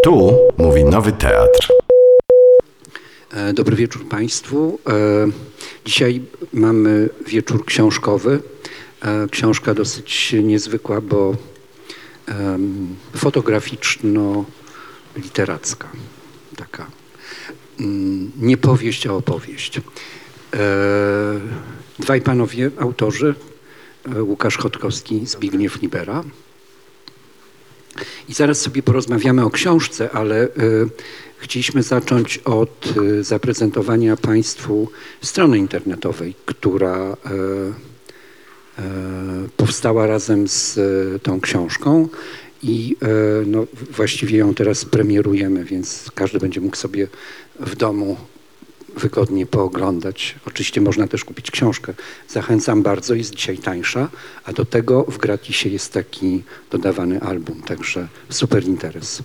Tu mówi Nowy Teatr. Dobry wieczór Państwu. Dzisiaj mamy wieczór książkowy. Książka dosyć niezwykła, bo fotograficzno-literacka. Taka nie powieść, a opowieść. Dwaj panowie autorzy, Łukasz Chodkowski, Zbigniew Libera. I zaraz sobie porozmawiamy o książce, ale chcieliśmy zacząć od zaprezentowania Państwu strony internetowej, która powstała razem z tą książką i no, właściwie ją teraz premierujemy, więc każdy będzie mógł sobie w domu wygodnie pooglądać. Oczywiście można też kupić książkę. Zachęcam bardzo, jest dzisiaj tańsza, a do tego w gratisie jest taki dodawany album, także super interes.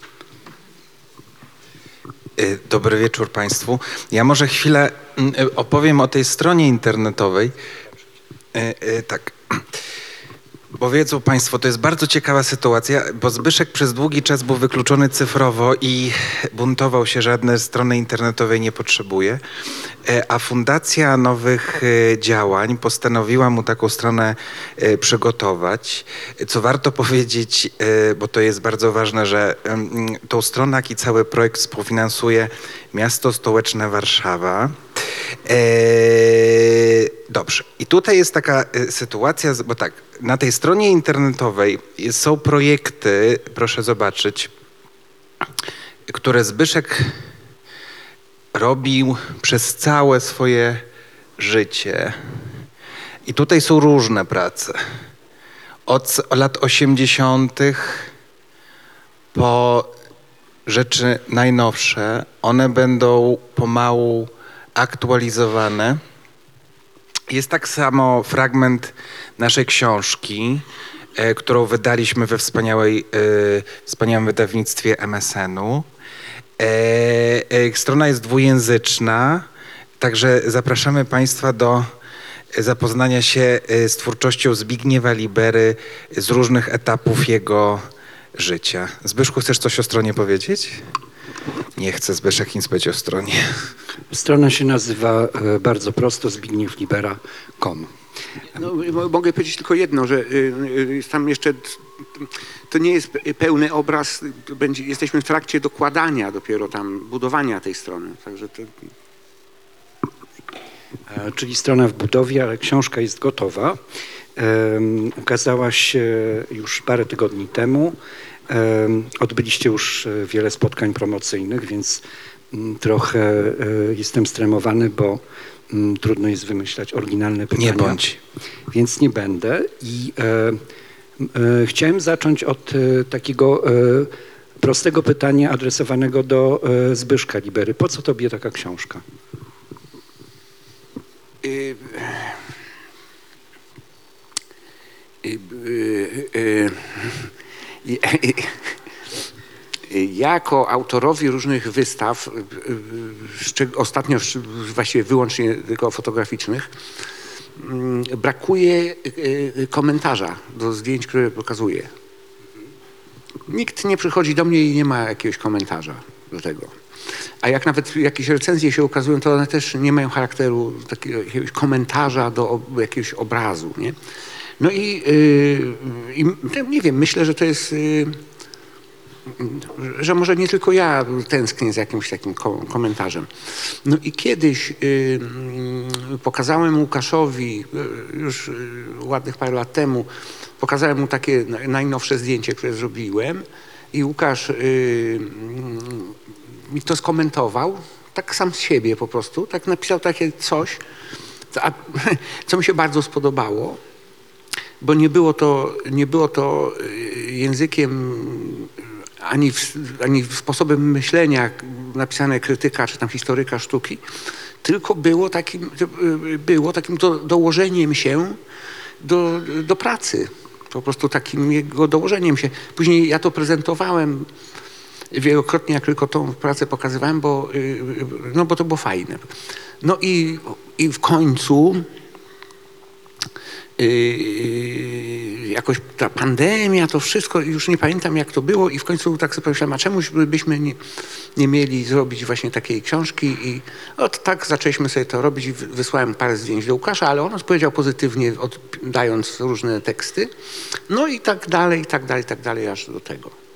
Dobry wieczór Państwu. Ja może chwilę opowiem o tej stronie internetowej. Tak. Bo wiedzą Państwo, to jest bardzo ciekawa sytuacja, bo Zbyszek przez długi czas był wykluczony cyfrowo i buntował się, że żadnej strony internetowej nie potrzebuje, a Fundacja Nowych Działań postanowiła mu taką stronę przygotować. Co warto powiedzieć, bo to jest bardzo ważne, że tą stronę, jak i cały projekt współfinansuje miasto stołeczne Warszawa. Dobrze. I tutaj jest taka sytuacja, bo tak, na tej stronie internetowej są projekty, proszę zobaczyć, które Zbyszek robił przez całe swoje życie. I tutaj są różne prace. Od lat 80. po rzeczy najnowsze. One będą pomału aktualizowane. Jest tak samo fragment naszej książki, którą wydaliśmy we wspaniałym wydawnictwie MSN-u. Strona jest dwujęzyczna, także zapraszamy Państwa do zapoznania się z twórczością Zbigniewa Libery z różnych etapów jego życia. Zbyszku, chcesz coś o stronie powiedzieć? Nie chcę, Zbyszek, nic powiedzieć o stronie. Strona się nazywa bardzo prosto zbigniewlibera.com. No, mogę powiedzieć tylko jedno, że tam jeszcze to nie jest pełny obraz, jesteśmy w trakcie dokładania dopiero tam, budowania tej strony. Także to... Czyli strona w budowie, ale książka jest gotowa. Ukazała się już parę tygodni temu. Odbyliście już wiele spotkań promocyjnych, więc trochę jestem stremowany, bo trudno jest wymyślać oryginalne pytania. Nie bądź. Więc nie będę. I chciałem zacząć od takiego prostego pytania adresowanego do Zbyszka Libery. Po co tobie taka książka? Jako autorowi różnych wystaw, ostatnio właściwie wyłącznie tylko fotograficznych, brakuje komentarza do zdjęć, które pokazuję. Nikt nie przychodzi do mnie i nie ma jakiegoś komentarza do tego. A jak nawet jakieś recenzje się ukazują, to one też nie mają charakteru takiego jakiegoś komentarza do jakiegoś obrazu, nie? No i nie wiem, myślę, że to jest, że może nie tylko ja tęsknię za jakimś takim komentarzem. No i kiedyś pokazałem Łukaszowi, już ładnych parę lat temu, pokazałem mu takie najnowsze zdjęcie, które zrobiłem i Łukasz mi to skomentował, tak sam z siebie po prostu, tak napisał takie coś, co mi się bardzo spodobało. Bo nie było to językiem ani sposobem myślenia napisane krytyka czy tam historyka sztuki, tylko było takim dołożeniem się do pracy. Po prostu takim jego dołożeniem się. Później ja to prezentowałem wielokrotnie, jak tylko tą pracę pokazywałem, bo to było fajne. No i w końcu jakoś ta pandemia, to wszystko, już nie pamiętam jak to było i w końcu tak sobie pomyślałem, a czemuś byśmy nie mieli zrobić właśnie takiej książki i tak zaczęliśmy sobie to robić i wysłałem parę zdjęć do Łukasza, ale on odpowiedział pozytywnie, dając różne teksty. No i tak dalej, aż do tego.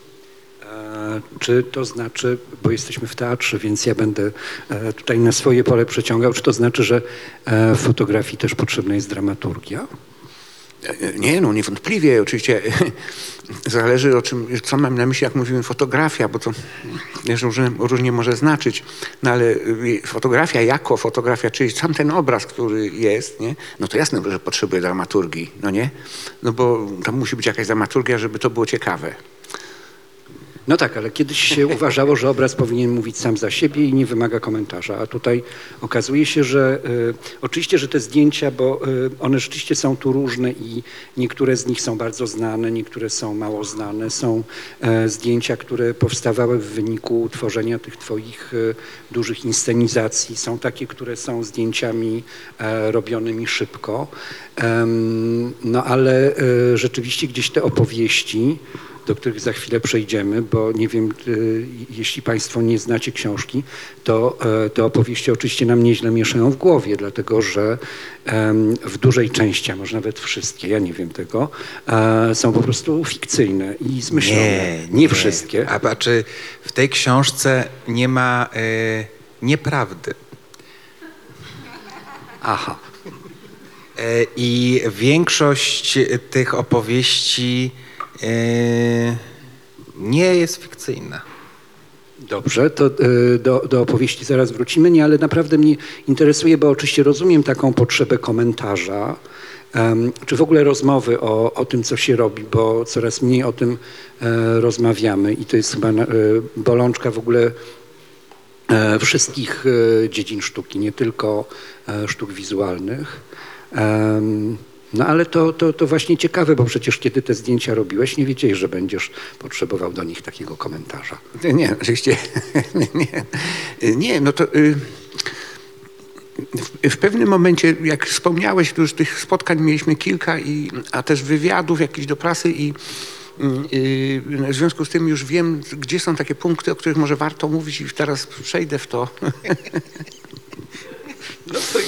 Czy to znaczy, bo jesteśmy w teatrze, więc ja będę tutaj na swoje pole przeciągał, czy to znaczy, że w fotografii też potrzebna jest dramaturgia? Nie, no niewątpliwie. Oczywiście zależy co mam na myśli, jak mówimy fotografia, bo to wiesz, różnie może znaczyć, no ale fotografia jako fotografia, czyli sam ten obraz, który jest, nie? No to jasne, że potrzebuje dramaturgii, no nie? No bo tam musi być jakaś dramaturgia, żeby to było ciekawe. No tak, ale kiedyś się uważało, że obraz powinien mówić sam za siebie i nie wymaga komentarza, a tutaj okazuje się, że oczywiście, że te zdjęcia, bo one rzeczywiście są tu różne i niektóre z nich są bardzo znane, niektóre są mało znane. Są zdjęcia, które powstawały w wyniku tworzenia tych twoich dużych inscenizacji. Są takie, które są zdjęciami robionymi szybko. No ale rzeczywiście gdzieś te opowieści, do których za chwilę przejdziemy, bo nie wiem, jeśli Państwo nie znacie książki, to te opowieści oczywiście nam nieźle mieszają w głowie, dlatego że w dużej części, a może nawet wszystkie, ja nie wiem tego, są po prostu fikcyjne i zmyślone. Nie wszystkie. A czy w tej książce nie ma nieprawdy? Aha. I większość tych opowieści nie jest fikcyjna. Dobrze, to do opowieści zaraz wrócimy, nie, ale naprawdę mnie interesuje, bo oczywiście rozumiem taką potrzebę komentarza, czy w ogóle rozmowy o tym, co się robi, bo coraz mniej o tym rozmawiamy i to jest chyba bolączka w ogóle wszystkich dziedzin sztuki, nie tylko sztuk wizualnych. No ale to właśnie ciekawe, bo przecież kiedy te zdjęcia robiłeś, nie wiedziałeś, że będziesz potrzebował do nich takiego komentarza. Nie, oczywiście nie, no to w pewnym momencie, jak wspomniałeś, to już tych spotkań mieliśmy kilka, a też wywiadów jakichś do prasy i w związku z tym już wiem, gdzie są takie punkty, o których może warto mówić i teraz przejdę w to. No to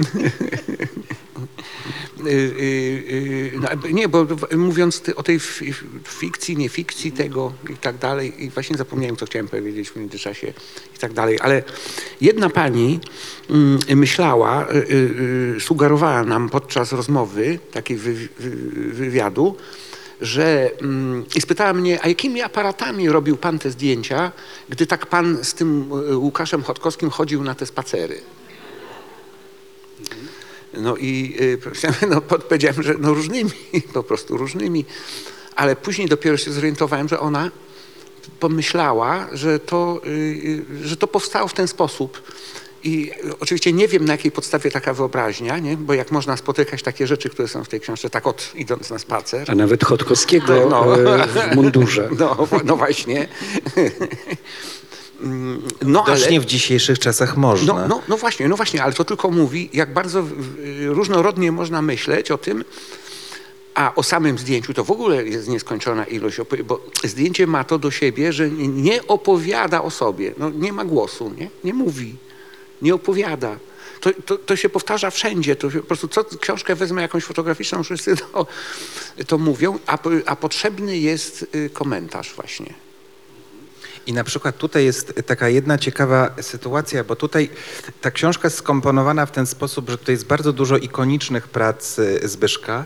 nie, bo mówiąc o tej fikcji, nie fikcji tego i tak dalej, i właśnie zapomniałem, co chciałem powiedzieć w międzyczasie i tak dalej, ale jedna pani myślała, sugerowała nam podczas rozmowy, takiej wywiadu, że i spytała mnie, a jakimi aparatami robił pan te zdjęcia, gdy tak pan z tym Łukaszem Chodkowskim chodził na te spacery? No i powiedziałem, że no różnymi, po prostu różnymi, ale później dopiero się zorientowałem, że ona pomyślała, że to powstało w ten sposób. I oczywiście nie wiem, na jakiej podstawie taka wyobraźnia, nie? Bo jak można spotykać takie rzeczy, które są w tej książce, tak idąc na spacer. A nawet Chodkowskiego w mundurze. No właśnie. No, ale w dzisiejszych czasach można. No właśnie, ale to tylko mówi, jak bardzo różnorodnie można myśleć o tym, a o samym zdjęciu to w ogóle jest nieskończona ilość, bo zdjęcie ma to do siebie, że nie opowiada o sobie, no, nie ma głosu, nie mówi, nie opowiada. To się powtarza wszędzie, to po prostu co książkę wezmę jakąś fotograficzną, wszyscy to mówią, a potrzebny jest komentarz właśnie. I na przykład tutaj jest taka jedna ciekawa sytuacja, bo tutaj ta książka jest skomponowana w ten sposób, że tutaj jest bardzo dużo ikonicznych prac Zbyszka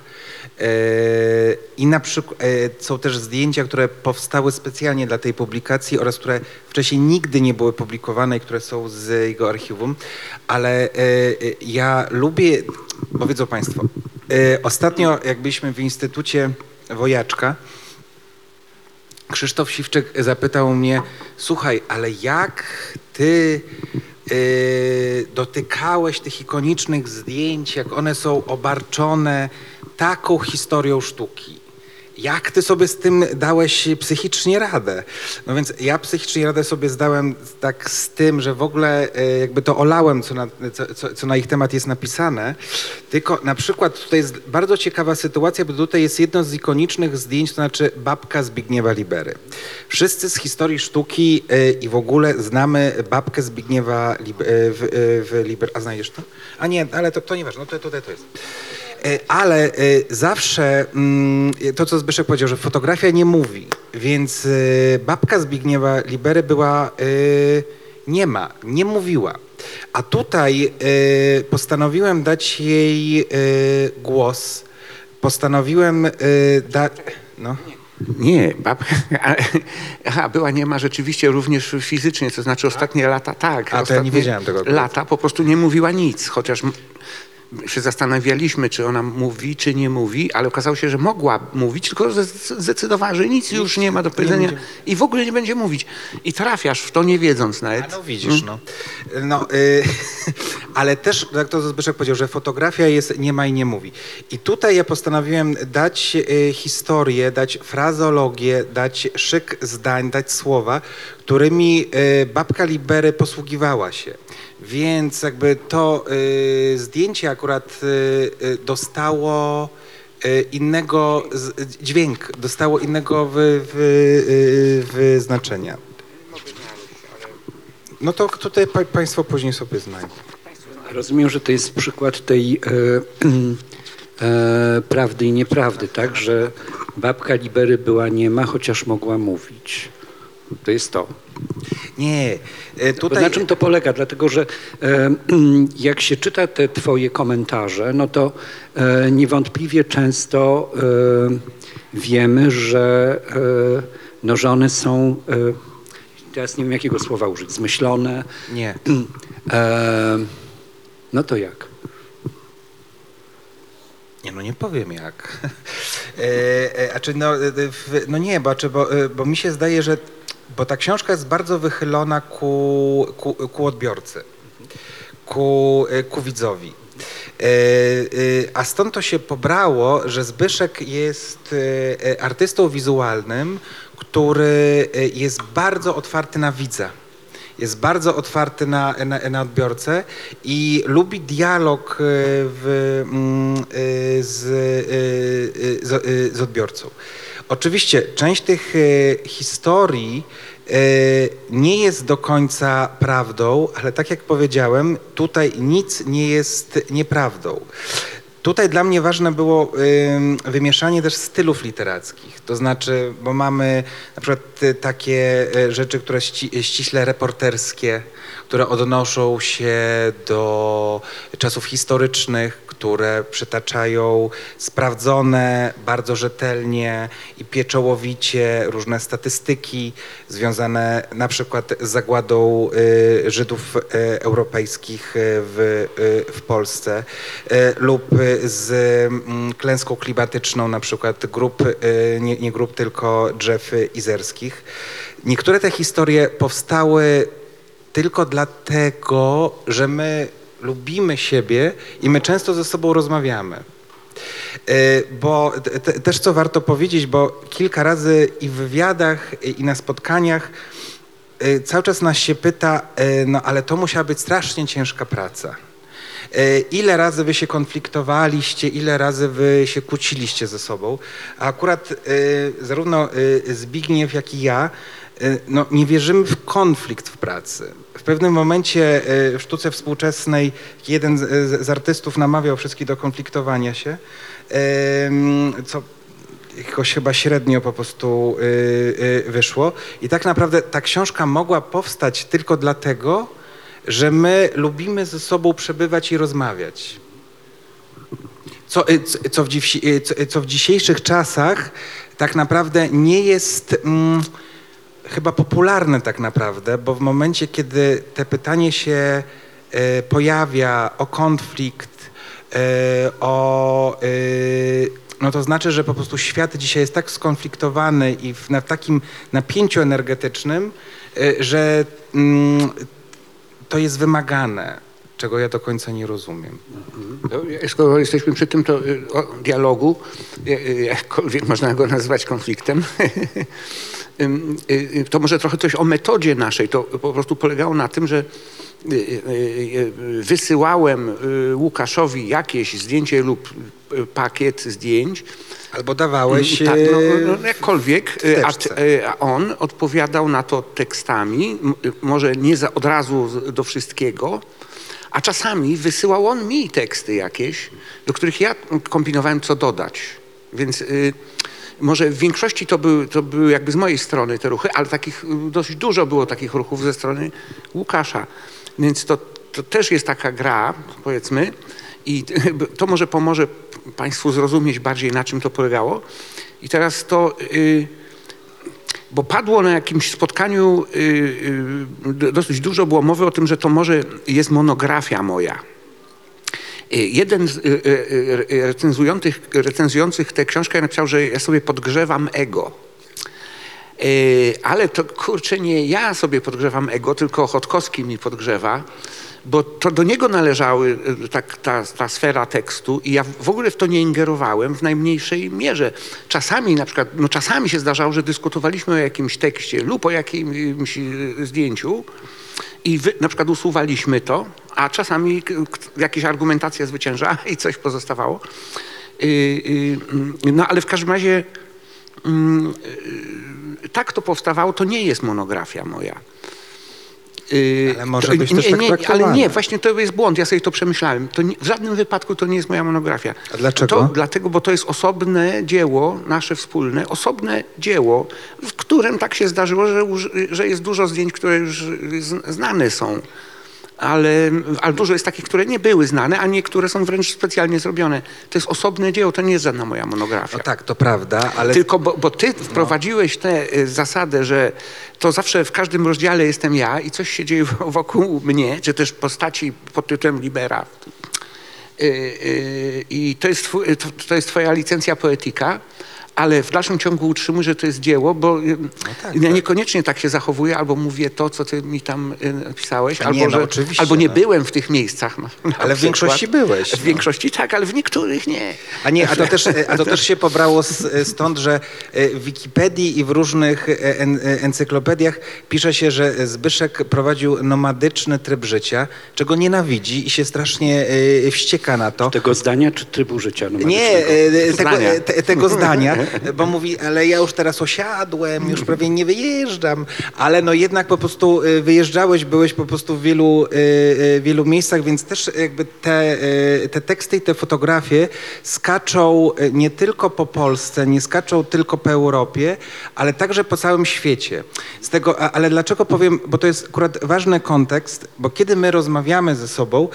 i na przykład są też zdjęcia, które powstały specjalnie dla tej publikacji oraz które wcześniej nigdy nie były publikowane i które są z jego archiwum, ale ja lubię, bo wiedzą Państwo, ostatnio jak byliśmy w Instytucie Wojaczka, Krzysztof Siwczyk zapytał mnie, słuchaj, ale jak ty dotykałeś tych ikonicznych zdjęć, jak one są obarczone taką historią sztuki. jak ty sobie z tym dałeś psychicznie radę? No więc ja psychicznie radę sobie zdałem tak z tym, że w ogóle jakby to olałem, co na ich temat jest napisane, tylko na przykład tutaj jest bardzo ciekawa sytuacja, bo tutaj jest jedno z ikonicznych zdjęć, to znaczy babka Zbigniewa Libery. Wszyscy z historii sztuki i w ogóle znamy babkę Zbigniewa Libery. A znajdziesz to? A nie, ale to nieważne, no tutaj to jest. Ale zawsze to, co Zbyszek powiedział, że fotografia nie mówi, więc babka Zbigniewa Libery była nie mówiła. A tutaj postanowiłem dać jej głos, postanowiłem dać... No. Nie, babka była niema rzeczywiście również fizycznie, to znaczy ostatnie lata tak. A to ja nie wiedziałem tego. Lata po prostu nie mówiła nic, chociaż się zastanawialiśmy, czy ona mówi, czy nie mówi, ale okazało się, że mogła mówić, tylko zdecydowała, że nic już nie ma do powiedzenia i w ogóle nie będzie mówić. I trafiasz w to, nie wiedząc nawet. No widzisz, ale też, jak to Zbyszek powiedział, że fotografia jest niema i nie mówi. I tutaj ja postanowiłem dać historię, dać frazeologię, dać szyk zdań, dać słowa, którymi babka Libery posługiwała się. Więc jakby to zdjęcie akurat dostało innego dźwięk, dostało innego wyznaczenia. No to tutaj państwo później sobie znajdą. Rozumiem, że to jest przykład tej prawdy i nieprawdy, tak? Że babka Libery była niema, chociaż mogła mówić. To jest to. Nie, tutaj... Na czym to polega? Dlatego, że jak się czyta te twoje komentarze, no to niewątpliwie często wiemy, że one są, teraz nie wiem jakiego słowa użyć, zmyślone. Nie. No to jak? Nie powiem jak. Nie, bo mi się zdaje, że bo ta książka jest bardzo wychylona ku odbiorcy, ku widzowi. A stąd to się pobrało, że Zbyszek jest artystą wizualnym, który jest bardzo otwarty na widza. Jest bardzo otwarty na odbiorcę i lubi dialog z odbiorcą. Oczywiście część tych historii nie jest do końca prawdą, ale tak jak powiedziałem, tutaj nic nie jest nieprawdą. Tutaj dla mnie ważne było wymieszanie też stylów literackich, to znaczy, bo mamy na przykład takie rzeczy, które ściśle reporterskie, które odnoszą się do czasów historycznych, które przytaczają sprawdzone bardzo rzetelnie i pieczołowicie różne statystyki związane na przykład z zagładą Żydów europejskich w Polsce lub z klęską klimatyczną na przykład nie grup, tylko drzew izerskich. Niektóre te historie powstały tylko dlatego, że my lubimy siebie i my często ze sobą rozmawiamy. Bo też co warto powiedzieć, bo kilka razy i w wywiadach, i na spotkaniach cały czas nas się pyta, no ale to musiała być strasznie ciężka praca. Ile razy wy się konfliktowaliście, ile razy wy się kłóciliście ze sobą. A akurat zarówno Zbigniew, jak i ja nie wierzymy w konflikt w pracy. W pewnym momencie w sztuce współczesnej jeden z artystów namawiał wszystkich do konfliktowania się, co jakoś chyba średnio po prostu wyszło. I tak naprawdę ta książka mogła powstać tylko dlatego, że my lubimy ze sobą przebywać i rozmawiać. Co w dzisiejszych czasach tak naprawdę nie jest chyba popularne tak naprawdę, bo w momencie, kiedy te pytanie się pojawia o konflikt, no to znaczy, że po prostu świat dzisiaj jest tak skonfliktowany i na takim napięciu energetycznym, że to jest wymagane. czego ja do końca nie rozumiem. Skoro jesteśmy przy tym dialogu, jakkolwiek można go nazywać konfliktem, to może trochę coś o metodzie naszej. To po prostu polegało na tym, że wysyłałem Łukaszowi jakieś zdjęcie lub pakiet zdjęć. Albo dawałeś... Tak, jakkolwiek, a on odpowiadał na to tekstami, może nie od razu do wszystkiego, a czasami wysyłał on mi teksty jakieś, do których ja kombinowałem, co dodać. Więc może w większości to były jakby z mojej strony te ruchy, ale takich dosyć dużo było takich ruchów ze strony Łukasza. Więc to też jest taka gra, powiedzmy, i to może pomoże Państwu zrozumieć bardziej, na czym to polegało. I teraz to, bo padło na jakimś spotkaniu, dosyć dużo było mowy o tym, że to może jest monografia moja. Jeden z recenzujących tę książkę napisał, że ja sobie podgrzewam ego. Ale to kurczę, nie ja sobie podgrzewam ego, tylko Chodkowski mi podgrzewa, bo to do niego należały ta sfera tekstu i ja w ogóle w to nie ingerowałem w najmniejszej mierze. Czasami na przykład, czasami się zdarzało, że dyskutowaliśmy o jakimś tekście lub o jakimś zdjęciu i na przykład usuwaliśmy to, a czasami jakaś argumentacja zwyciężała i coś pozostawało. No ale w każdym razie tak to powstawało, to nie jest monografia moja. Ale może być też tak traktowane. Ale nie, właśnie to jest błąd, ja sobie to przemyślałem. W żadnym wypadku to nie jest moja monografia. A dlaczego? Dlatego, bo to jest osobne dzieło, nasze wspólne, osobne dzieło, w którym tak się zdarzyło, że jest dużo zdjęć, które już znane są. Ale dużo jest takich, które nie były znane, a niektóre są wręcz specjalnie zrobione. To jest osobne dzieło, to nie jest żadna moja monografia. No tak, to prawda, ale... Tylko bo ty wprowadziłeś tę zasadę, że to zawsze w każdym rozdziale jestem ja i coś się dzieje wokół mnie, czy też postaci pod tytułem Libera. I to jest twoja licencja poetyka, ale w dalszym ciągu utrzymuję, że to jest dzieło, bo ja niekoniecznie tak się zachowuję, albo mówię to, co ty mi tam napisałeś, albo nie byłem w tych miejscach. Ale w większości byłeś. W większości tak, ale w niektórych nie. A to też się pobrało stąd, że w Wikipedii i w różnych encyklopediach pisze się, że Zbyszek prowadził nomadyczny tryb życia, czego nienawidzi i się strasznie wścieka na to. Tego zdania czy trybu życia Nie, tego zdania. Bo mówi, ale ja już teraz osiadłem, już prawie nie wyjeżdżam, ale no jednak po prostu wyjeżdżałeś, byłeś po prostu w wielu miejscach, więc też jakby te teksty i te fotografie skaczą nie tylko po Polsce, nie skaczą tylko po Europie, ale także po całym świecie. Ale dlaczego powiem, bo to jest akurat ważny kontekst, bo kiedy my rozmawiamy ze sobą,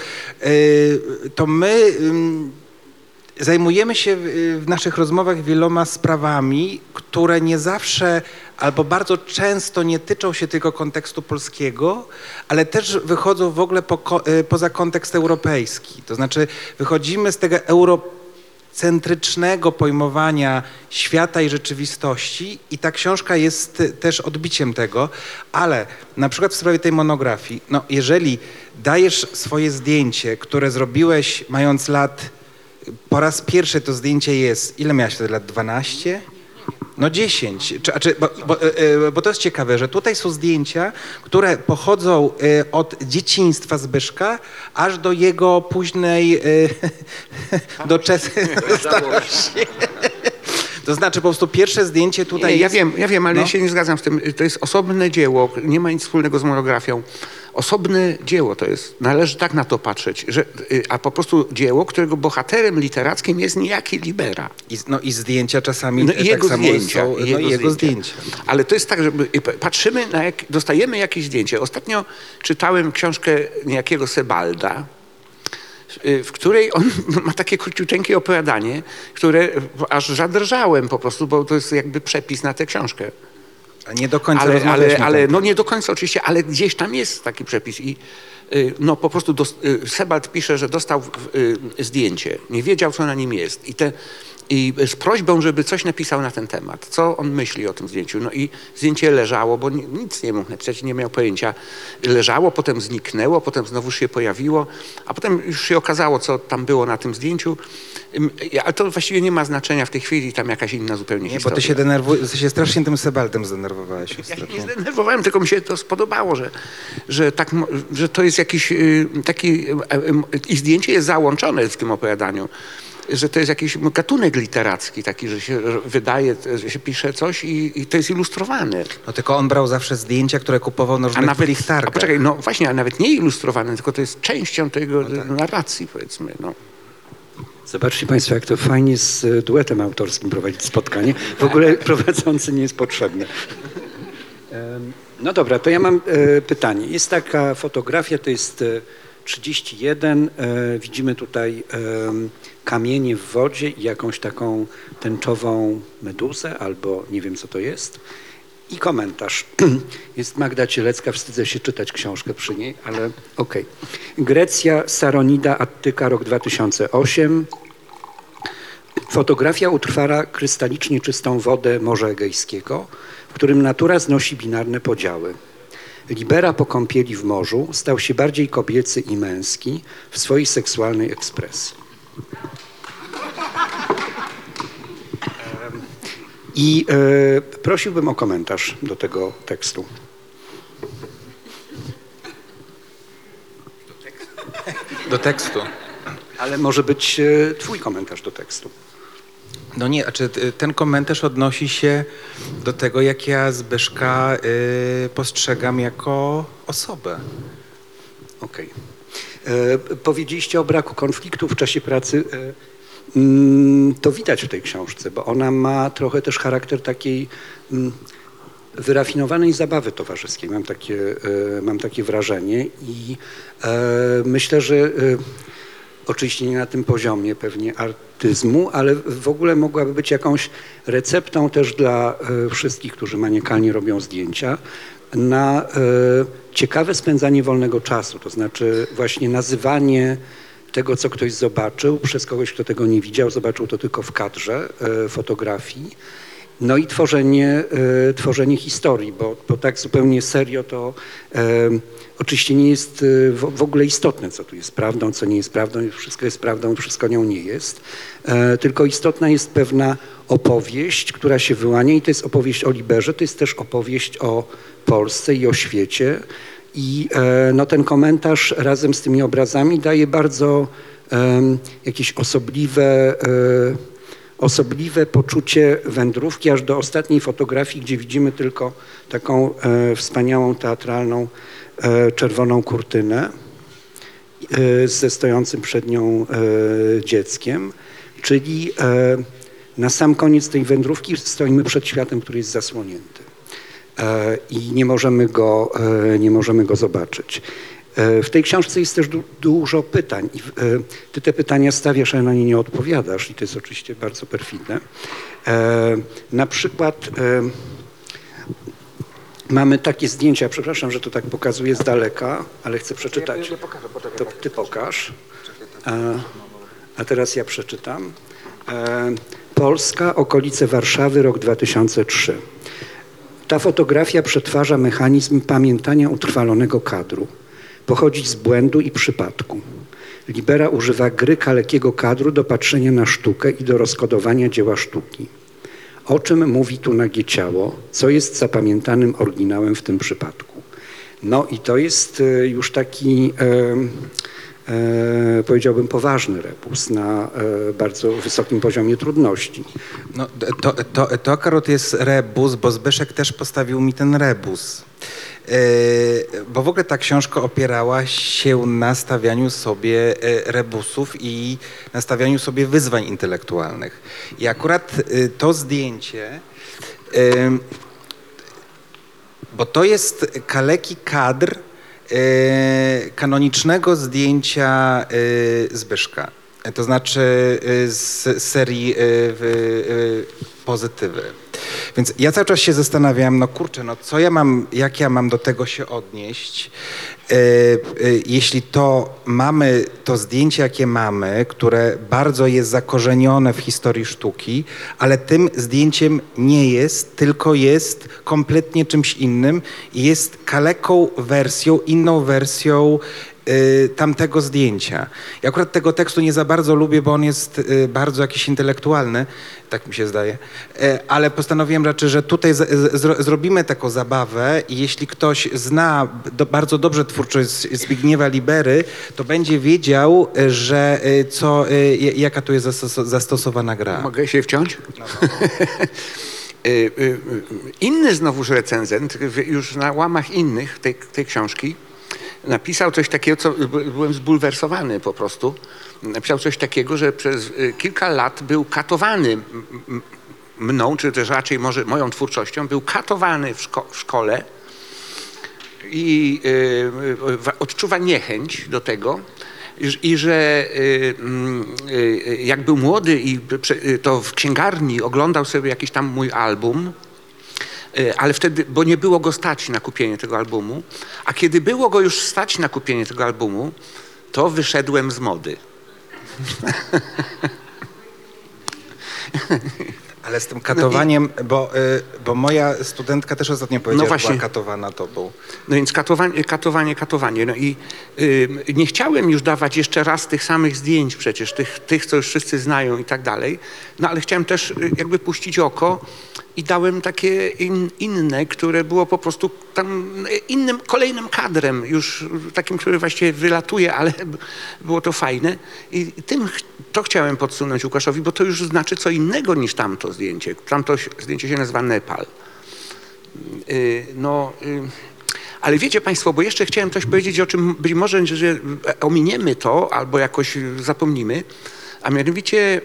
to my... Zajmujemy się w naszych rozmowach wieloma sprawami, które nie zawsze albo bardzo często nie tyczą się tylko kontekstu polskiego, ale też wychodzą w ogóle poza kontekst europejski. To znaczy wychodzimy z tego eurocentrycznego pojmowania świata i rzeczywistości i ta książka jest też odbiciem tego, ale na przykład w sprawie tej monografii, no jeżeli dajesz swoje zdjęcie, które zrobiłeś mając lat... Po raz pierwszy to zdjęcie jest, ile miałeś wtedy lat? 12? No 10. Bo to jest ciekawe, że tutaj są zdjęcia, które pochodzą od dzieciństwa Zbyszka, aż do jego późnej doczesnej starości. To znaczy po prostu pierwsze zdjęcie tutaj jest... Ja wiem, ale ja się nie zgadzam z tym. To jest osobne dzieło, nie ma nic wspólnego z monografią. Osobne dzieło to jest, należy tak na to patrzeć, a po prostu dzieło, którego bohaterem literackim jest niejaki Libera. I zdjęcia czasami i jego tak zdjęcia, samo są, jego zdjęcia. Ale to jest tak, że patrzymy, dostajemy jakieś zdjęcie. Ostatnio czytałem książkę niejakiego Sebalda, w której on ma takie króciuteńkie opowiadanie, które aż zadrżałem po prostu, bo to jest jakby przepis na tę książkę. A nie do końca ale no nie do końca oczywiście, ale gdzieś tam jest taki przepis i no po prostu Sebald pisze, że dostał zdjęcie, nie wiedział, co na nim jest i te i z prośbą, żeby coś napisał na ten temat, co on myśli o tym zdjęciu. No i zdjęcie leżało, bo nic nie mógł napisać, nie miał pojęcia. Leżało, potem zniknęło, potem znowu się pojawiło, a potem już się okazało, co tam było na tym zdjęciu. Ale to właściwie nie ma znaczenia w tej chwili, tam jakaś inna zupełnie Nie, historia. bo ty się strasznie tym Sebaldem zdenerwowałeś Ja się ostatnio. nie zdenerwowałem, tylko mi się to spodobało, że to jest jakiś taki... I zdjęcie jest załączone w tym opowiadaniu, że to jest jakiś gatunek literacki taki, że się wydaje, że się pisze coś i to jest ilustrowane. No tylko on brał zawsze zdjęcia, które kupował na różnych targach. A poczekaj, no właśnie, a nawet nie ilustrowane, tylko to jest częścią tego narracji, powiedzmy. No. Zobaczcie Państwo, jak to fajnie z duetem autorskim prowadzić spotkanie. W ogóle prowadzący nie jest potrzebny. No dobra, to ja mam pytanie. Jest taka fotografia, to jest 31. Widzimy tutaj kamienie w wodzie i jakąś taką tęczową meduzę, albo nie wiem co to jest. I komentarz. Jest Magda Cielecka, wstydzę się czytać książkę przy niej, ale okej. Grecja, Saronida, Attyka, rok 2008. Fotografia utrwala krystalicznie czystą wodę Morza Egejskiego, w którym natura znosi binarne podziały. Libera po kąpieli w morzu stał się bardziej kobiecy i męski w swojej seksualnej ekspresji. I prosiłbym o komentarz do tego tekstu. Do tekstu. Ale może być twój komentarz do tekstu. No nie, a czy ten komentarz odnosi się do tego, jak ja Zbyszka postrzegam jako osobę? Okej. Powiedzieliście o braku konfliktu w czasie pracy. To widać w tej książce, bo ona ma trochę też charakter takiej wyrafinowanej zabawy towarzyskiej. Mam takie wrażenie i myślę, że oczywiście nie na tym poziomie pewnie artyzmu, ale w ogóle mogłaby być jakąś receptą też dla wszystkich, którzy maniakalnie robią zdjęcia, na ciekawe spędzanie wolnego czasu, to znaczy właśnie nazywanie tego, co ktoś zobaczył, przez kogoś, kto tego nie widział, zobaczył to tylko w kadrze fotografii. No i tworzenie historii, bo tak zupełnie serio to oczywiście nie jest w ogóle istotne, co tu jest prawdą, co nie jest prawdą. Wszystko jest prawdą, wszystko nią nie jest. Tylko istotna jest pewna opowieść, która się wyłania i to jest opowieść o Liberze, to jest też opowieść o Polsce i o świecie. I no, ten komentarz razem z tymi obrazami daje bardzo jakieś osobliwe poczucie wędrówki, aż do ostatniej fotografii, gdzie widzimy tylko taką wspaniałą teatralną czerwoną kurtynę ze stojącym przed nią dzieckiem, czyli na sam koniec tej wędrówki stoimy przed światem, który jest zasłonięty i nie możemy go zobaczyć. W tej książce jest też dużo pytań i ty te pytania stawiasz, ale na nie nie odpowiadasz i to jest oczywiście bardzo perfidne. Na przykład mamy takie zdjęcia, przepraszam, że to tak pokazuję z daleka, ale chcę przeczytać. To ty pokaż. A teraz ja przeczytam. Polska, okolice Warszawy, rok 2003. Ta fotografia przetwarza mechanizm pamiętania utrwalonego kadru. Pochodzi z błędu i przypadku. Libera używa gry kalekiego kadru do patrzenia na sztukę i do rozkodowania dzieła sztuki. O czym mówi tu nagie ciało, co jest zapamiętanym oryginałem w tym przypadku? No i to jest już taki, powiedziałbym, poważny rebus na bardzo wysokim poziomie trudności. No, to akurat jest rebus, bo Zbyszek też postawił mi ten rebus. Bo w ogóle ta książka opierała się na stawianiu sobie rebusów i na stawianiu sobie wyzwań intelektualnych. I akurat to zdjęcie, bo to jest kaleki kadr kanonicznego zdjęcia Zbyszka. To znaczy z serii Pozytywy. Więc ja cały czas się zastanawiam, no kurczę, no co ja mam, jak ja mam do tego się odnieść, jeśli to zdjęcie, jakie mamy, które bardzo jest zakorzenione w historii sztuki, ale tym zdjęciem nie jest, tylko jest kompletnie czymś innym i jest kaleką wersją, inną wersją tamtego zdjęcia. Ja akurat tego tekstu nie za bardzo lubię, bo on jest bardzo jakiś intelektualny, tak mi się zdaje, ale postanowiłem raczej, że tutaj zrobimy taką zabawę i jeśli ktoś zna bardzo dobrze twórczość Zbigniewa Libery, to będzie wiedział, że jaka tu jest zastosowana gra. Mogę się wciąć? No. Inny znowuż recenzent, już na łamach innych tej książki, napisał coś takiego, co byłem zbulwersowany po prostu. Napisał coś takiego, że przez kilka lat był katowany mną, czy też raczej może moją twórczością, był katowany w szkole i odczuwa niechęć do tego. I że jak był młody i to w księgarni oglądał sobie jakiś tam mój album, ale wtedy, bo nie było go stać na kupienie tego albumu, a kiedy było go już stać na kupienie tego albumu, to wyszedłem z mody. Ale z tym katowaniem, bo moja studentka też ostatnio powiedziała, że była katowana tobą. No więc katowanie. No i nie chciałem już dawać jeszcze raz tych samych zdjęć przecież, tych, co już wszyscy znają i tak dalej, no ale chciałem też jakby puścić oko i dałem takie inne, które było po prostu tam kolejnym kadrem, już takim, który właściwie wylatuje, ale było to fajne. I to chciałem podsunąć Łukaszowi, bo to już znaczy co innego niż tamto zdjęcie. Tamto zdjęcie się nazywa Nepal. Ale wiecie Państwo, bo jeszcze chciałem coś powiedzieć, o czym być może, że ominiemy to albo jakoś zapomnimy, a mianowicie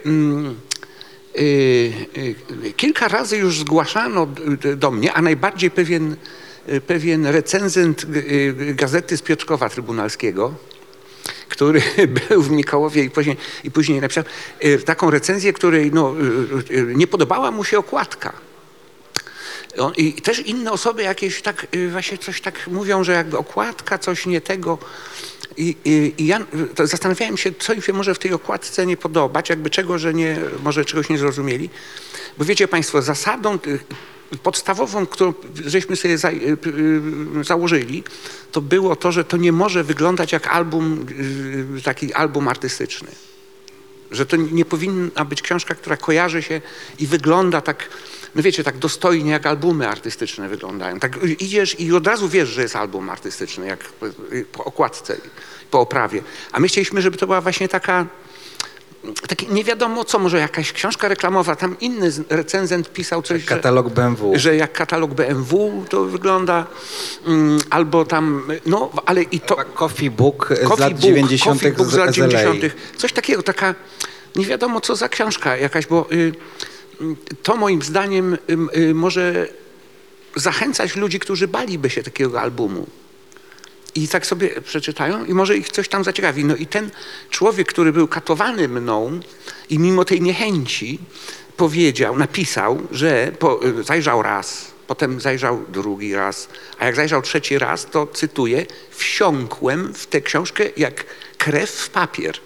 kilka razy już zgłaszano do mnie, a najbardziej pewien recenzent gazety z Piotrkowa Trybunalskiego, który był w Mikołowie i później napisał taką recenzję, której nie podobała mu się okładka. I też inne osoby jakieś tak właśnie coś tak mówią, że jakby okładka, coś nie tego. I ja zastanawiałem się, co im się może w tej okładce nie podobać, jakby może czegoś nie zrozumieli. Bo wiecie Państwo, zasadą podstawową, którą żeśmy sobie założyli, to było to, że to nie może wyglądać jak taki album artystyczny. Że to nie powinna być książka, która kojarzy się i wygląda tak, no wiecie, tak dostojnie jak albumy artystyczne wyglądają. Tak idziesz i od razu wiesz, że jest album artystyczny, jak po okładce, po oprawie. A my chcieliśmy, żeby to była właśnie taki nie wiadomo co, może jakaś książka reklamowa, tam inny recenzent pisał coś, jak katalog BMW. Że jak katalog BMW to wygląda, albo tam, no ale i to... Coffee Book z lat 90. z lat 90. Coś takiego, taka nie wiadomo co za książka jakaś, bo to moim zdaniem może zachęcać ludzi, którzy baliby się takiego albumu. I tak sobie przeczytają i może ich coś tam zaciekawi. No i ten człowiek, który był katowany mną i mimo tej niechęci napisał, że zajrzał raz, potem zajrzał drugi raz, a jak zajrzał trzeci raz, to cytuję, wsiąkłem w tę książkę jak krew w papier.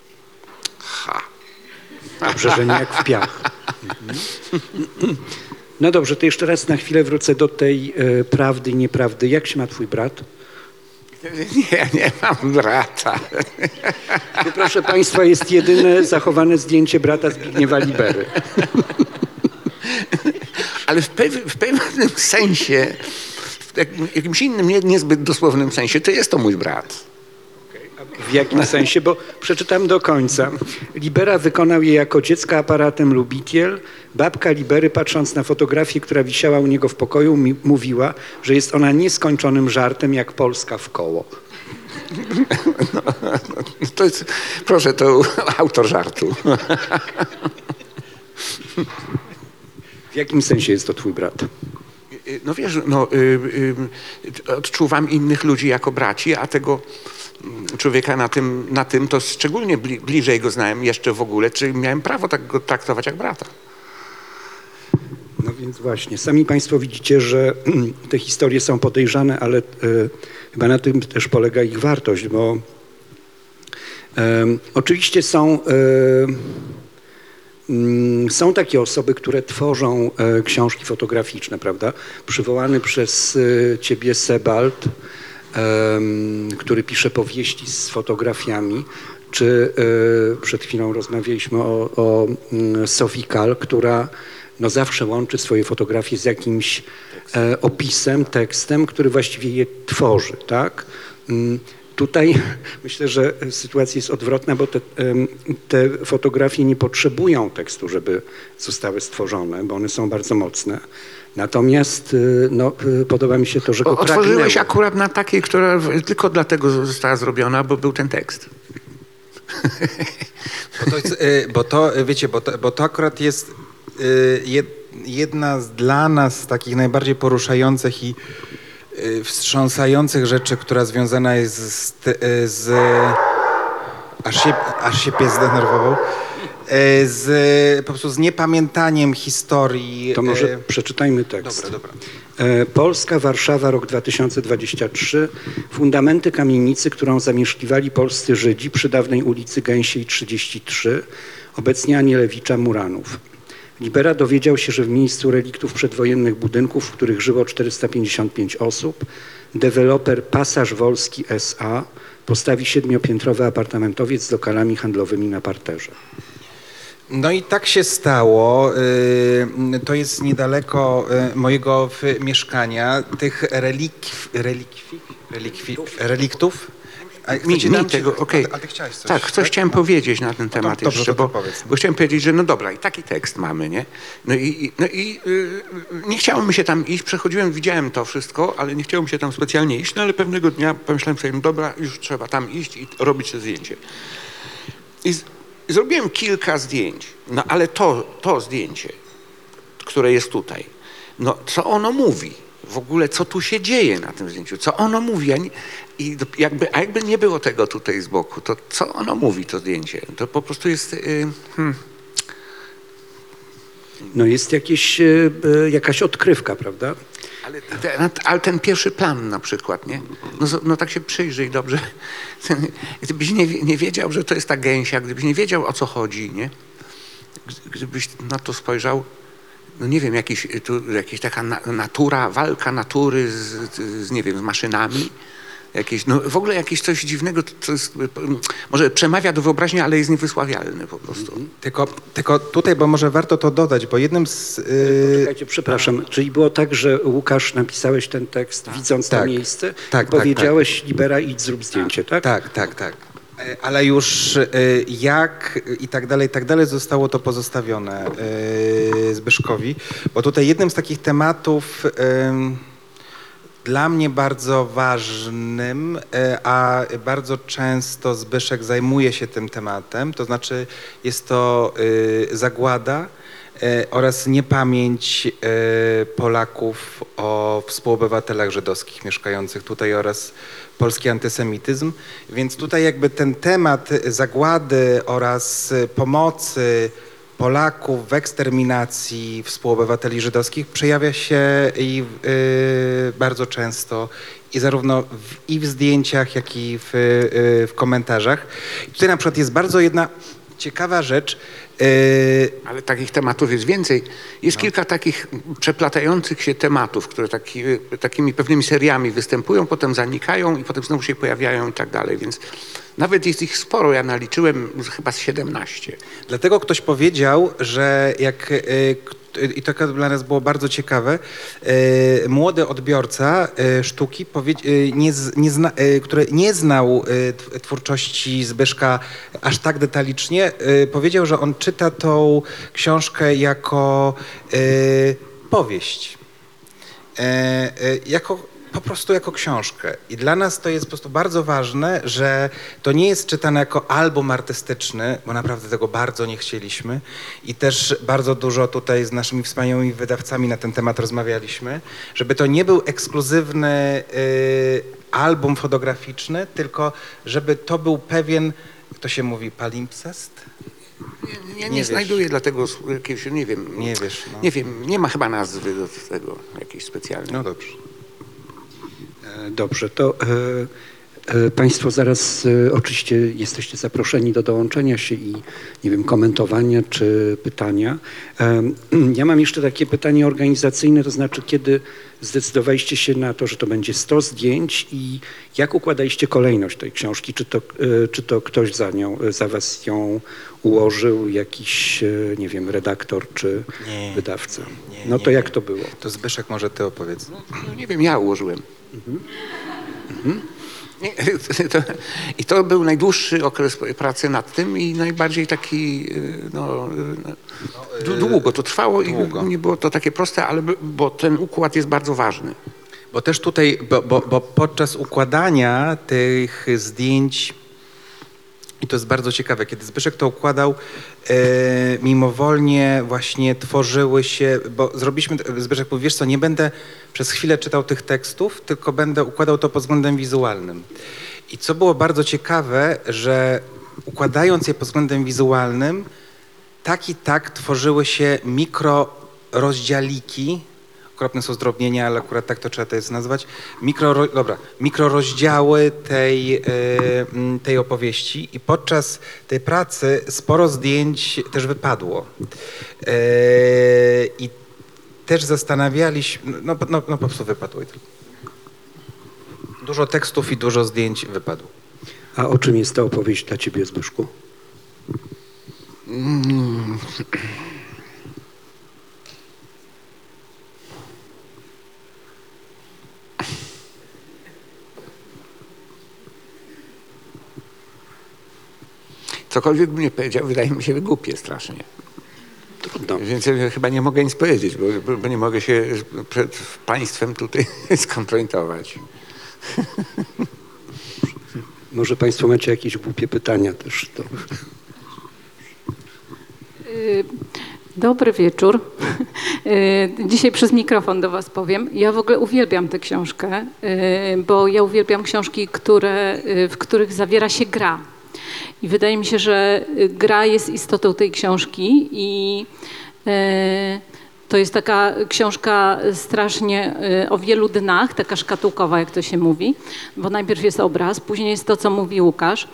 Dobrze, że nie jak w piach. No dobrze, to jeszcze raz na chwilę wrócę do tej prawdy i nieprawdy. Jak się ma twój brat? Nie mam brata. To, proszę Państwa, jest jedyne zachowane zdjęcie brata Zbigniewa Libery. Ale w pewnym sensie, w jakimś innym, niezbyt dosłownym sensie, to jest to mój brat. W jakim sensie? Bo przeczytam do końca. Libera wykonał je jako dziecka aparatem Lubitiel. Babka Libery, patrząc na fotografię, która wisiała u niego w pokoju, mówiła, że jest ona nieskończonym żartem, jak Polska w koło. To jest, proszę, to autor żartu. W jakim sensie jest to twój brat? No wiesz, odczuwam innych ludzi jako braci, a tego człowieka na tym to szczególnie bliżej go znałem jeszcze w ogóle, czyli miałem prawo tak go traktować jak brata. No więc właśnie, sami Państwo widzicie, że te historie są podejrzane, ale chyba na tym też polega ich wartość, bo oczywiście są takie osoby, które tworzą książki fotograficzne, prawda? Przywołany przez ciebie Sebald, który pisze powieści z fotografiami, czy przed chwilą rozmawialiśmy o Sophie Kahl, która no zawsze łączy swoje fotografie z jakimś opisem, tekstem, który właściwie je tworzy, tak? Tutaj myślę, że sytuacja jest odwrotna, bo te fotografie nie potrzebują tekstu, żeby zostały stworzone, bo one są bardzo mocne. Natomiast no, podoba mi się to, że go Otworzyłeś pragnęło. akurat na takiej, która tylko dlatego została zrobiona, bo był ten tekst. Bo to akurat jest jedna z dla nas takich najbardziej poruszających i wstrząsających rzeczy, która związana jest aż się pies zdenerwował, po prostu z niepamiętaniem historii. To może przeczytajmy tekst. Dobra. Polska, Warszawa, rok 2023. Fundamenty kamienicy, którą zamieszkiwali polscy Żydzi przy dawnej ulicy Gęsiej 33, obecnie Anielewicza Muranów. Libera dowiedział się, że w miejscu reliktów przedwojennych budynków, w których żyło 455 osób, deweloper Pasaż Wolski S.A. postawi 7-piętrowy apartamentowiec z lokalami handlowymi na parterze. No i tak się stało. To jest niedaleko mojego mieszkania. Tych reliktów. Okej. A ty chciałeś coś? Tak, coś chciałem powiedzieć na ten temat dobrze, jeszcze, to powiedz. bo chciałem powiedzieć, że no dobra, i taki tekst mamy, nie? No i nie chciało mi się tam iść, przechodziłem, widziałem to wszystko, ale nie chciało mi się tam specjalnie iść, no ale pewnego dnia pomyślałem sobie, no dobra, już trzeba tam iść i robić to zdjęcie. I zrobiłem kilka zdjęć, no ale to zdjęcie, które jest tutaj, no co ono mówi? W ogóle co tu się dzieje na tym zdjęciu, co ono mówi, a jakby nie było tego tutaj z boku, to co ono mówi, to zdjęcie? To po prostu jest... No jest jakaś odkrywka, prawda? Ale ten pierwszy plan na przykład, nie? No tak się przyjrzyj dobrze. Gdybyś nie wiedział, że to jest ta gęsia, gdybyś nie wiedział, o co chodzi, nie? Gdybyś na to spojrzał, no nie wiem, jakaś taka natura, walka natury nie wiem, z maszynami, no w ogóle jakieś coś dziwnego, co jest, może przemawia do wyobraźni, ale jest niewysławialne po prostu. Tylko tutaj, bo może warto to dodać, bo jednym z... Poczekajcie, przepraszam. Czyli było tak, że Łukasz napisałeś ten tekst, widząc to miejsce, i powiedziałeś Libera, idź zrób zdjęcie, tak? Tak. Ale już jak i tak dalej zostało to pozostawione Zbyszkowi, bo tutaj jednym z takich tematów dla mnie bardzo ważnym, a bardzo często Zbyszek zajmuje się tym tematem, to znaczy jest to zagłada oraz niepamięć Polaków o współobywatelach żydowskich mieszkających tutaj oraz polski antysemityzm. Więc tutaj jakby ten temat zagłady oraz pomocy Polaków w eksterminacji współobywateli żydowskich przejawia się bardzo często i zarówno w zdjęciach, jak i w komentarzach. I tutaj na przykład jest bardzo jedna ciekawa rzecz. Ale takich tematów jest więcej. Jest kilka takich przeplatających się tematów, które takimi pewnymi seriami występują, potem zanikają i potem znowu się pojawiają i tak dalej, więc nawet jest ich sporo, ja naliczyłem chyba z 17. Dlatego ktoś powiedział, że i to dla nas było bardzo ciekawe, młody odbiorca sztuki, który nie znał twórczości Zbyszka aż tak detalicznie, powiedział, że on czyta tą książkę jako powieść, po prostu jako książkę. I dla nas to jest po prostu bardzo ważne, że to nie jest czytane jako album artystyczny, bo naprawdę tego bardzo nie chcieliśmy i też bardzo dużo tutaj z naszymi wspaniałymi wydawcami na ten temat rozmawialiśmy, żeby to nie był ekskluzywny album fotograficzny, tylko żeby to był pewien, jak to się mówi, palimpsest? Ja Nie nie wiesz. znajduję dlatego jakiegoś, nie wiem. Nie wiesz, no. Nie wiem, nie ma chyba nazwy do tego jakiejś specjalnej. No dobrze. Dobrze, to Państwo zaraz oczywiście jesteście zaproszeni do dołączenia się i nie wiem, komentowania czy pytania. Ja mam jeszcze takie pytanie organizacyjne, to znaczy kiedy zdecydowaliście się na to, że to będzie 100 zdjęć i jak układaliście kolejność tej książki? Czy to ktoś za was ją ułożył, jakiś, nie wiem, redaktor czy Nie, wydawca? nie, No to nie, jak nie. to było? To Zbyszek, może ty opowiedz. No nie wiem, ja ułożyłem. Nie, to był najdłuższy okres pracy nad tym i najbardziej taki, długo to trwało Długo. i nie było to takie proste, ale bo ten układ jest bardzo ważny. Bo też tutaj, bo podczas układania tych zdjęć, i to jest bardzo ciekawe, kiedy Zbyszek to układał, mimowolnie właśnie tworzyły się, bo zrobiliśmy, Zbyszek powiedział, wiesz co, nie będę przez chwilę czytał tych tekstów, tylko będę układał to pod względem wizualnym. I co było bardzo ciekawe, że układając je pod względem wizualnym, tak i tak tworzyły się mikrorozdziałiki, okropne są zdrobnienia, ale akurat tak to trzeba to jest nazwać, mikrorozdziały tej opowieści i podczas tej pracy sporo zdjęć też wypadło. I też zastanawialiśmy, no po prostu wypadło. Dużo tekstów i dużo zdjęć wypadło. A o czym jest ta opowieść dla ciebie, Zbyszku? Cokolwiek bym nie powiedział, wydaje mi się głupie strasznie. Trudno. Więc ja chyba nie mogę nic powiedzieć, bo nie mogę się przed państwem tutaj skompromitować. Może Państwo macie jakieś głupie pytania też. To... Dobry wieczór. Dzisiaj przez mikrofon do Was powiem. Ja w ogóle uwielbiam tę książkę, bo ja uwielbiam książki, w których zawiera się gra. I wydaje mi się, że gra jest istotą tej książki i to jest taka książka strasznie o wielu dnach, taka szkatułkowa, jak to się mówi, bo najpierw jest obraz, później jest to, co mówi Łukasz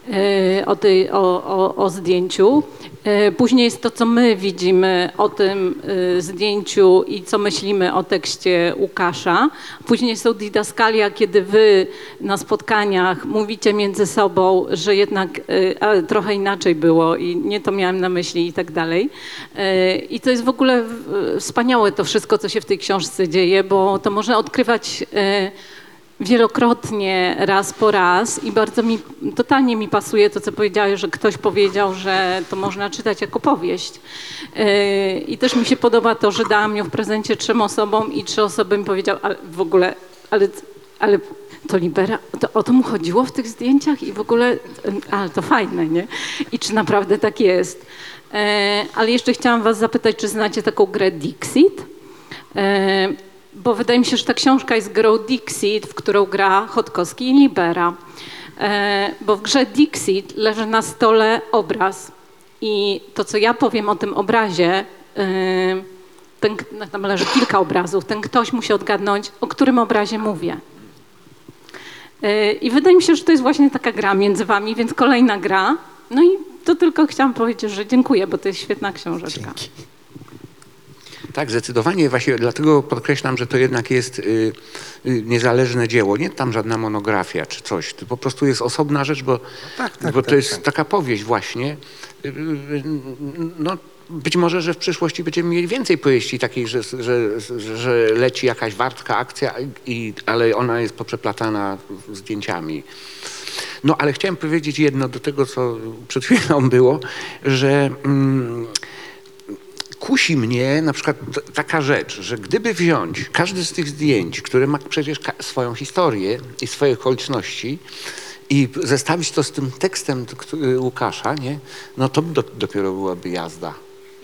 o zdjęciu, później jest to, co my widzimy o tym zdjęciu i co myślimy o tekście Łukasza, później są didaskalia, kiedy wy na spotkaniach mówicie między sobą, że jednak trochę inaczej było i nie to miałem na myśli i tak dalej. I to jest w ogóle wspaniałe to wszystko, co się w tej książce dzieje, bo to można odkrywać wielokrotnie, raz po raz i totalnie mi pasuje to, co powiedziałeś, że ktoś powiedział, że to można czytać jako powieść. I też mi się podoba to, że dałam ją w prezencie 3 osobom i 3 osoby mi powiedziały, ale w ogóle, ale to Libera, to o to mu chodziło w tych zdjęciach i w ogóle, ale to fajne, nie? I czy naprawdę tak jest? Ale jeszcze chciałam was zapytać, czy znacie taką grę Dixit? Bo wydaje mi się, że ta książka jest grą Dixit, w którą gra Chodkowski i Libera. Bo w grze Dixit leży na stole obraz i to, co ja powiem o tym obrazie, tam leży kilka obrazów, ten ktoś musi odgadnąć, o którym obrazie mówię. I wydaje mi się, że to jest właśnie taka gra między wami, więc kolejna gra. No i to tylko chciałam powiedzieć, że dziękuję, bo to jest świetna książeczka. Dzięki. Tak, zdecydowanie. Właśnie dlatego podkreślam, że to jednak jest niezależne dzieło. Nie tam żadna monografia czy coś. To po prostu jest osobna rzecz, bo to jest taka powieść właśnie. No, być może, że w przyszłości będziemy mieli więcej powieści takiej, że leci jakaś wartka akcja, ale ona jest poprzeplatana zdjęciami. No, ale chciałem powiedzieć jedno do tego, co przed chwilą było, że kusi mnie na przykład taka rzecz, że gdyby wziąć każde z tych zdjęć, które ma przecież swoją historię i swoje okoliczności i zestawić to z tym tekstem Łukasza, nie? No to dopiero byłaby jazda.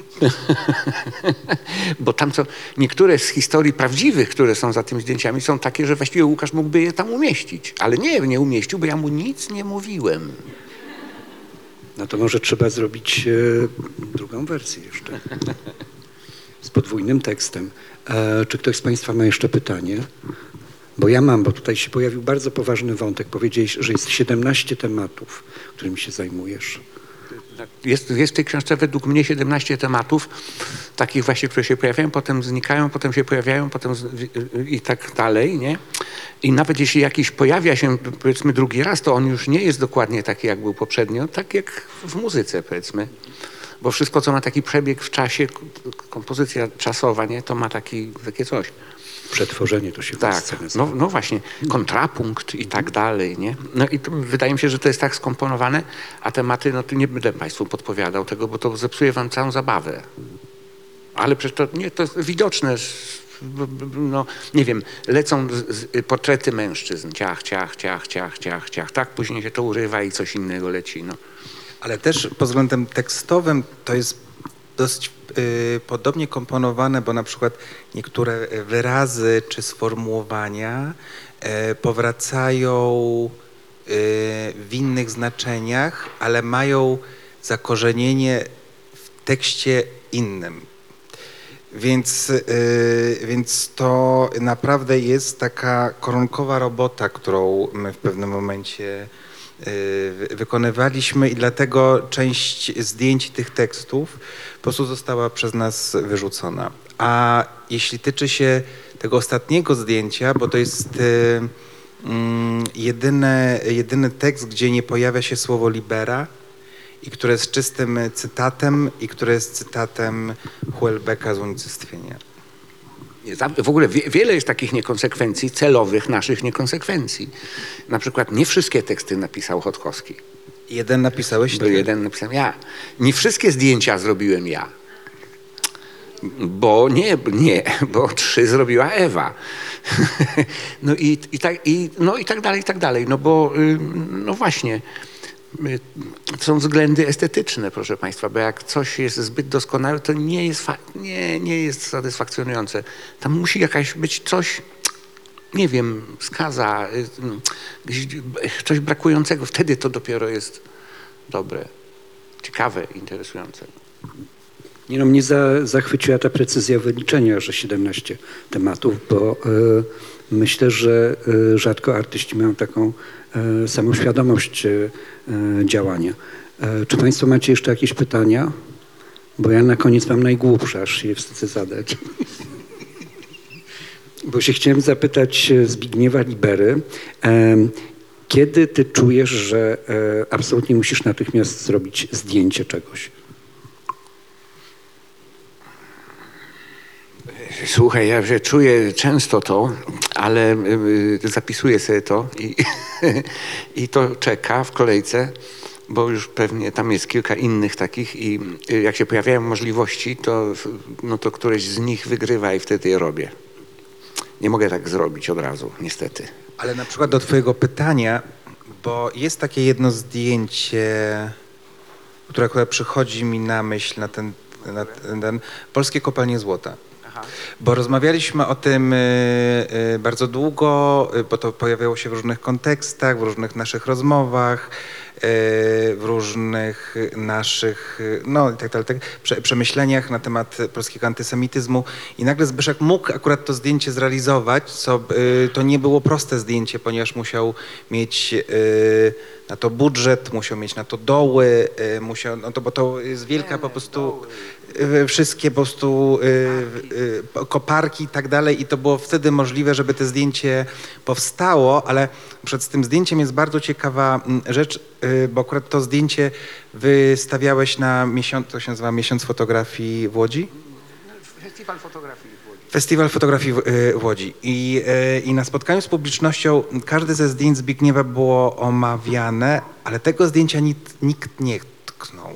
Bo tam niektóre z historii prawdziwych, które są za tymi zdjęciami, są takie, że właściwie Łukasz mógłby je tam umieścić. Ale nie umieścił, bo ja mu nic nie mówiłem. No to może trzeba zrobić drugą wersję jeszcze. Z podwójnym tekstem. Czy ktoś z Państwa ma jeszcze pytanie? Bo ja mam, bo tutaj się pojawił bardzo poważny wątek. Powiedziałeś, że jest 17 tematów, którymi się zajmujesz. Jest w tej książce według mnie 17 tematów, takich właśnie, które się pojawiają, potem znikają, potem się pojawiają, i tak dalej, nie? I nawet jeśli jakiś pojawia się, powiedzmy, drugi raz, to on już nie jest dokładnie taki, jak był poprzednio, tak jak w muzyce, powiedzmy. Bo wszystko, co ma taki przebieg w czasie, kompozycja czasowa, nie? To ma takie coś. Przetworzenie to się w Tak, scenę nazywa. no właśnie, kontrapunkt i tak dalej, nie? No i to, wydaje mi się, że to jest tak skomponowane, a tematy, no to nie będę Państwu podpowiadał tego, bo to zepsuje Wam całą zabawę. Ale przecież to jest widoczne, no nie wiem, lecą portrety mężczyzn, ciach, ciach, ciach, ciach, ciach, ciach, tak, później się to urywa i coś innego leci, no. Ale też pod względem tekstowym to jest dość podobnie komponowane, bo na przykład niektóre wyrazy czy sformułowania powracają w innych znaczeniach, ale mają zakorzenienie w tekście innym. Więc to naprawdę jest taka koronkowa robota, którą my w pewnym momencie wykonywaliśmy i dlatego część zdjęć tych tekstów po prostu została przez nas wyrzucona. A jeśli tyczy się tego ostatniego zdjęcia, bo to jest jedyny tekst, gdzie nie pojawia się słowo libera i które jest czystym cytatem i które jest cytatem Houellebecqa z Unicestwienia. W ogóle wiele jest takich niekonsekwencji, celowych naszych niekonsekwencji. Na przykład nie wszystkie teksty napisał Chodkowski. Jeden napisałeś Bo ty. jeden napisałem ja. Nie wszystkie zdjęcia zrobiłem ja. Bo bo 3 zrobiła Ewa. No i tak dalej. No bo, no właśnie, to są względy estetyczne, proszę Państwa, bo jak coś jest zbyt doskonałe, to nie jest satysfakcjonujące. Tam musi jakaś być coś, nie wiem, skaza, coś brakującego. Wtedy to dopiero jest dobre, ciekawe, interesujące. Nie no, mnie zachwyciła ta precyzja wyliczenia, że 17 tematów, bo myślę, że rzadko artyści mają taką samoświadomość działania. Czy Państwo macie jeszcze jakieś pytania? Bo ja na koniec mam najgłupsze, aż się je wstydzę zadać. Bo się chciałem zapytać Zbigniewa Libery, kiedy ty czujesz, że absolutnie musisz natychmiast zrobić zdjęcie czegoś? Słuchaj, ja się czuję często to, ale zapisuję sobie to i to czeka w kolejce, bo już pewnie tam jest kilka innych takich i jak się pojawiają możliwości, to któreś z nich wygrywa i wtedy je robię. Nie mogę tak zrobić od razu, niestety. Ale na przykład do twojego pytania, bo jest takie jedno zdjęcie, które akurat przychodzi mi na myśl na ten Polskie Kopalnie Złota. Bo rozmawialiśmy o tym bardzo długo, bo to pojawiało się w różnych kontekstach, w różnych naszych rozmowach, w różnych naszych, no i tak dalej, przemyśleniach na temat polskiego antysemityzmu. I nagle Zbyszek mógł akurat to zdjęcie zrealizować, co to nie było proste zdjęcie, ponieważ musiał mieć na to budżet, musiał mieć na to doły, bo to jest wielka po prostu, wszystkie po prostu koparki i tak dalej i to było wtedy możliwe, żeby to zdjęcie powstało, ale przed tym zdjęciem jest bardzo ciekawa rzecz, bo akurat to zdjęcie wystawiałeś na miesiąc, to się nazywa Miesiąc Fotografii w Łodzi? Festiwal Fotografii w Łodzi. Festiwal Fotografii w Łodzi. I na spotkaniu z publicznością każde ze zdjęć Zbigniewa było omawiane, ale tego zdjęcia nikt nie tknął.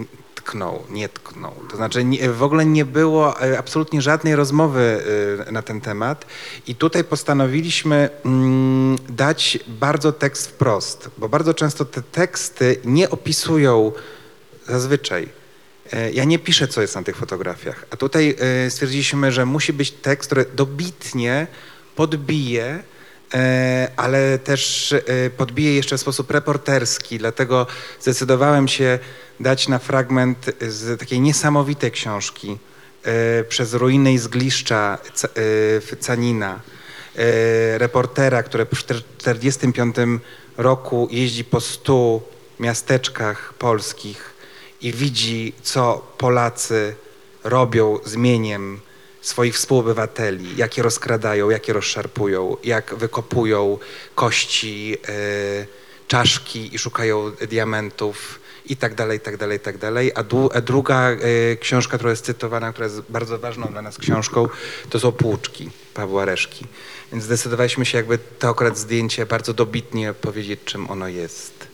To znaczy w ogóle nie było absolutnie żadnej rozmowy na ten temat i tutaj postanowiliśmy dać bardzo tekst wprost, bo bardzo często te teksty nie opisują zazwyczaj. Ja nie piszę, co jest na tych fotografiach, a tutaj stwierdziliśmy, że musi być tekst, który dobitnie podbije ale też podbiję jeszcze w sposób reporterski, dlatego zdecydowałem się dać na fragment z takiej niesamowitej książki Przez ruiny i zgliszcza Canina, reportera, który w 1945 roku jeździ po 100 miasteczkach polskich i widzi, co Polacy robią z mieniem swoich współobywateli, jak je rozkradają, jak je rozszarpują, jak wykopują kości, czaszki i szukają diamentów i tak dalej, i tak dalej, i tak dalej. A druga książka, która jest cytowana, która jest bardzo ważną dla nas książką, to są Płuczki Pawła Reszki. Więc zdecydowaliśmy się jakby to akurat zdjęcie bardzo dobitnie powiedzieć, czym ono jest.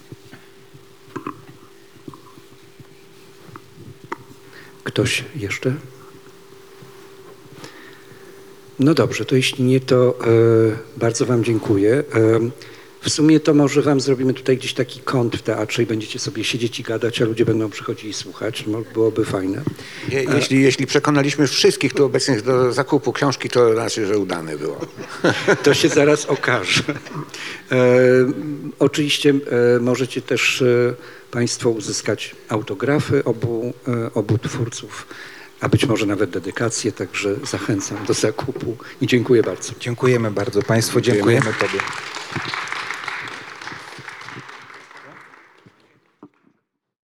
Ktoś jeszcze? No dobrze, to jeśli nie, to bardzo wam dziękuję. W sumie to może wam zrobimy tutaj gdzieś taki kąt w teatrze i będziecie sobie siedzieć i gadać, a ludzie będą przychodzić i słuchać. Byłoby fajne. Jeśli przekonaliśmy wszystkich tu obecnych do zakupu książki, to znaczy, że udane było. To się zaraz okaże. Oczywiście możecie też państwo uzyskać autografy obu twórców, a być może nawet dedykację, także zachęcam do zakupu i dziękuję bardzo. Dziękujemy bardzo Państwu, dziękujemy Tobie.